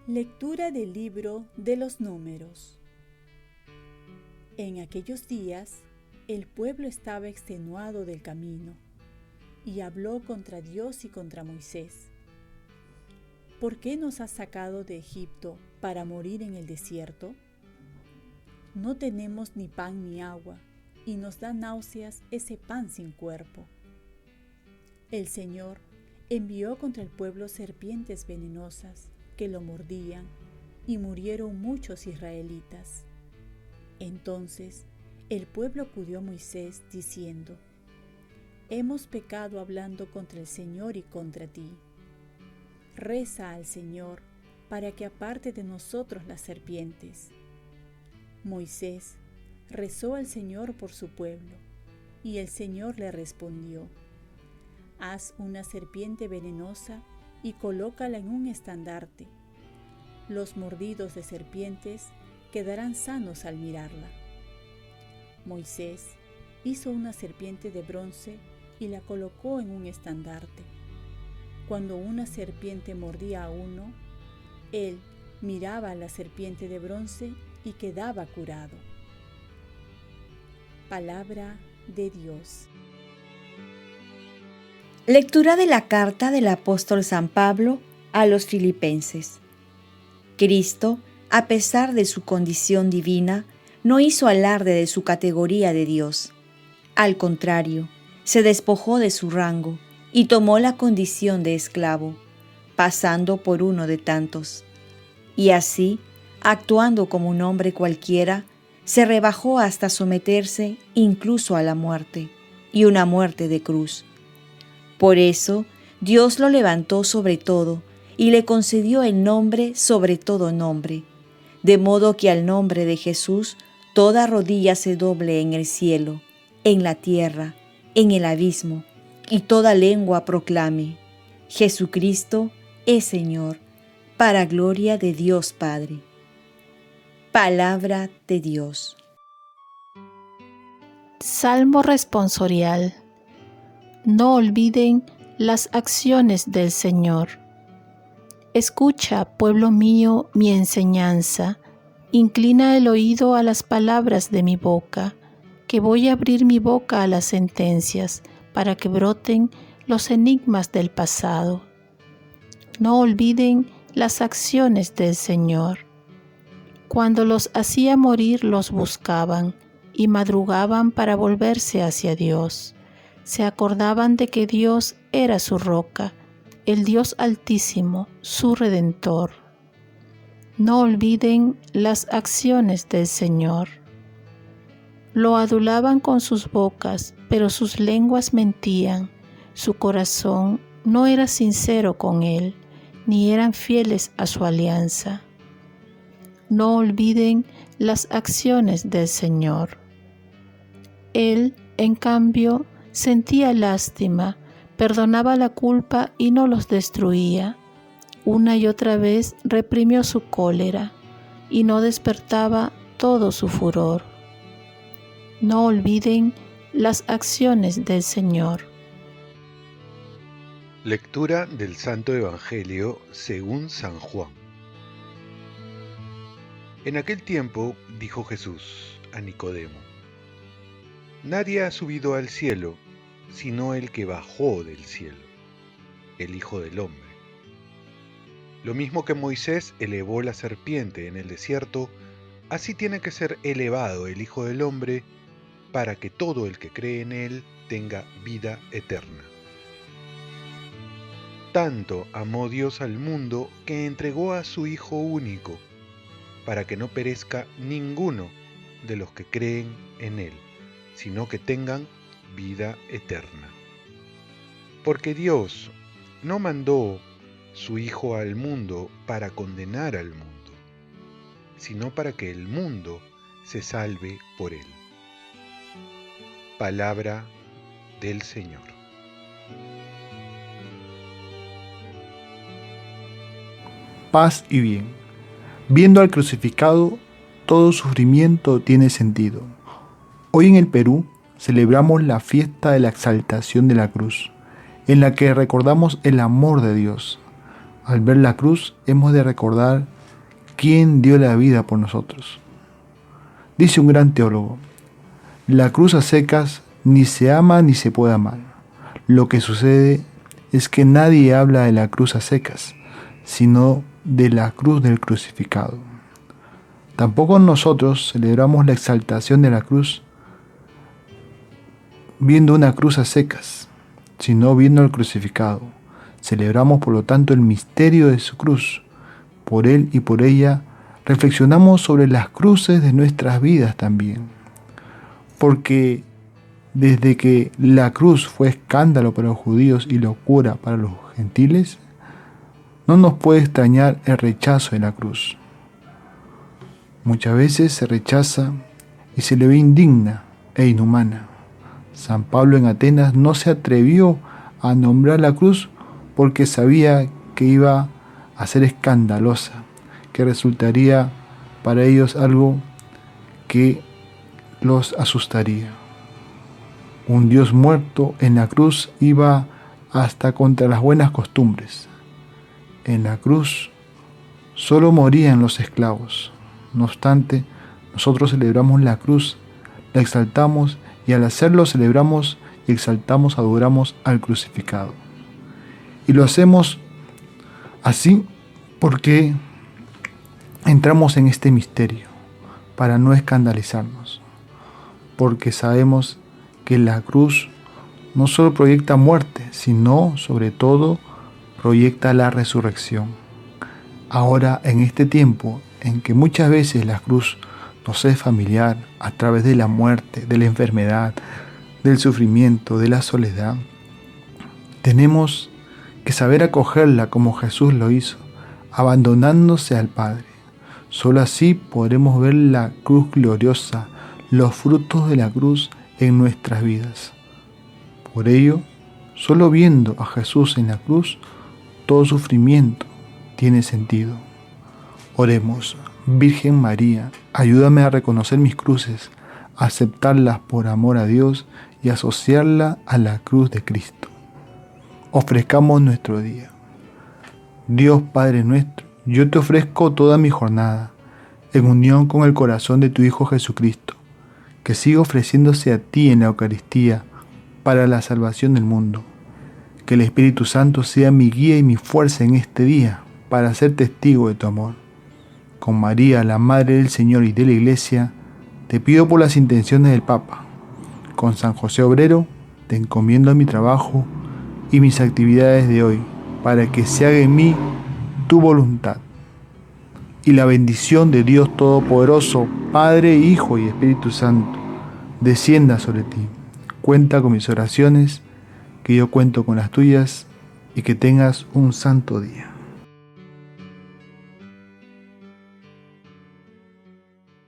Lectura del libro de los Números. En aquellos días, el pueblo estaba extenuado del camino y habló contra Dios y contra Moisés. ¿Por qué nos has sacado de Egipto para morir en el desierto? No tenemos ni pan ni agua, y nos da náuseas ese pan sin cuerpo. El Señor envió contra el pueblo serpientes venenosas que lo mordían, y murieron muchos israelitas. Entonces el pueblo acudió a Moisés diciendo: Hemos pecado hablando contra el Señor y contra ti. Reza al Señor para que aparte de nosotros las serpientes. Moisés rezó al Señor por su pueblo, y el Señor le respondió: Haz una serpiente venenosa y colócala en un estandarte. Los mordidos de serpientes quedarán sanos al mirarla. Moisés hizo una serpiente de bronce y la colocó en un estandarte. Cuando una serpiente mordía a uno, él miraba a la serpiente de bronce y quedaba curado. Palabra de Dios. Lectura de la carta del apóstol San Pablo a los Filipenses. Cristo, a pesar de su condición divina, no hizo alarde de su categoría de Dios. Al contrario, se despojó de su rango y tomó la condición de esclavo, pasando por uno de tantos. Y así, actuando como un hombre cualquiera, se rebajó hasta someterse incluso a la muerte, y una muerte de cruz. Por eso, Dios lo levantó sobre todo y le concedió el nombre sobre todo nombre, de modo que al nombre de Jesús toda rodilla se doble en el cielo, en la tierra, en el abismo, y toda lengua proclame: Jesucristo es Señor, para gloria de Dios Padre. Palabra de Dios. Salmo responsorial. No olviden las acciones del Señor. Escucha, pueblo mío, mi enseñanza. Inclina el oído a las palabras de mi boca, que voy a abrir mi boca a las sentencias, para que broten los enigmas del pasado. No olviden las acciones del Señor. Cuando los hacía morir los buscaban, y madrugaban para volverse hacia Dios. Se acordaban de que Dios era su roca, el Dios Altísimo, su Redentor. No olviden las acciones del Señor. Lo adulaban con sus bocas, pero sus lenguas mentían. Su corazón no era sincero con Él, ni eran fieles a su alianza. No olviden las acciones del Señor. Él, en cambio, sentía lástima, perdonaba la culpa y no los destruía. Una y otra vez reprimió su cólera y no despertaba todo su furor. No olviden las acciones del Señor. Lectura del Santo Evangelio según San Juan. En aquel tiempo dijo Jesús a Nicodemo: Nadie ha subido al cielo, sino el que bajó del cielo, el Hijo del Hombre. Lo mismo que Moisés elevó la serpiente en el desierto, así tiene que ser elevado el Hijo del Hombre, para que todo el que cree en él tenga vida eterna. Tanto amó Dios al mundo que entregó a su Hijo único, para que no perezca ninguno de los que creen en él, sino que tengan vida eterna. Porque Dios no mandó su Hijo al mundo para condenar al mundo, sino para que el mundo se salve por él. Palabra del Señor. Paz y bien. Viendo al crucificado, todo sufrimiento tiene sentido. Hoy en el Perú celebramos la fiesta de la exaltación de la cruz, en la que recordamos el amor de Dios. Al ver la cruz hemos de recordar ¿quién dio la vida por nosotros? Dice un gran teólogo, la cruz a secas ni se ama ni se puede amar. Lo que sucede es que nadie habla de la cruz a secas, sino de la cruz del crucificado. Tampoco nosotros celebramos la exaltación de la cruz viendo una cruz a secas, sino viendo al crucificado. Celebramos por lo tanto el misterio de su cruz. Por él y por ella reflexionamos sobre las cruces de nuestras vidas también. Porque desde que la cruz fue escándalo para los judíos y locura para los gentiles, no nos puede extrañar el rechazo de la cruz. Muchas veces se rechaza y se le ve indigna e inhumana. San Pablo en Atenas no se atrevió a nombrar la cruz porque sabía que iba a ser escandalosa, que resultaría para ellos algo que los asustaría. Un Dios muerto en la cruz iba hasta contra las buenas costumbres. En la cruz solo morían los esclavos. No obstante, nosotros celebramos la cruz, la exaltamos y al hacerlo celebramos y exaltamos, adoramos al crucificado. Y lo hacemos así porque entramos en este misterio para no escandalizarnos, porque sabemos que la cruz no solo proyecta muerte, sino sobre todo proyecta la resurrección. Ahora, en este tiempo en que muchas veces la cruz nos es familiar a través de la muerte, de la enfermedad, del sufrimiento, de la soledad, tenemos que saber acogerla como Jesús lo hizo, abandonándose al Padre. Solo así podremos ver la cruz gloriosa, los frutos de la cruz en nuestras vidas. Por ello, solo viendo a Jesús en la cruz, todo sufrimiento tiene sentido. Oremos, Virgen María, ayúdame a reconocer mis cruces, a aceptarlas por amor a Dios y asociarla a la cruz de Cristo. Ofrezcamos nuestro día. Dios Padre nuestro, yo te ofrezco toda mi jornada, en unión con el corazón de tu Hijo Jesucristo, que siga ofreciéndose a ti en la Eucaristía para la salvación del mundo. Que el Espíritu Santo sea mi guía y mi fuerza en este día para ser testigo de tu amor. Con María, la Madre del Señor y de la Iglesia, te pido por las intenciones del Papa. Con San José Obrero, te encomiendo mi trabajo y mis actividades de hoy, para que se haga en mí tu voluntad. Y la bendición de Dios Todopoderoso, Padre, Hijo y Espíritu Santo, descienda sobre ti. Cuenta con mis oraciones, que yo cuento con las tuyas, y que tengas un santo día.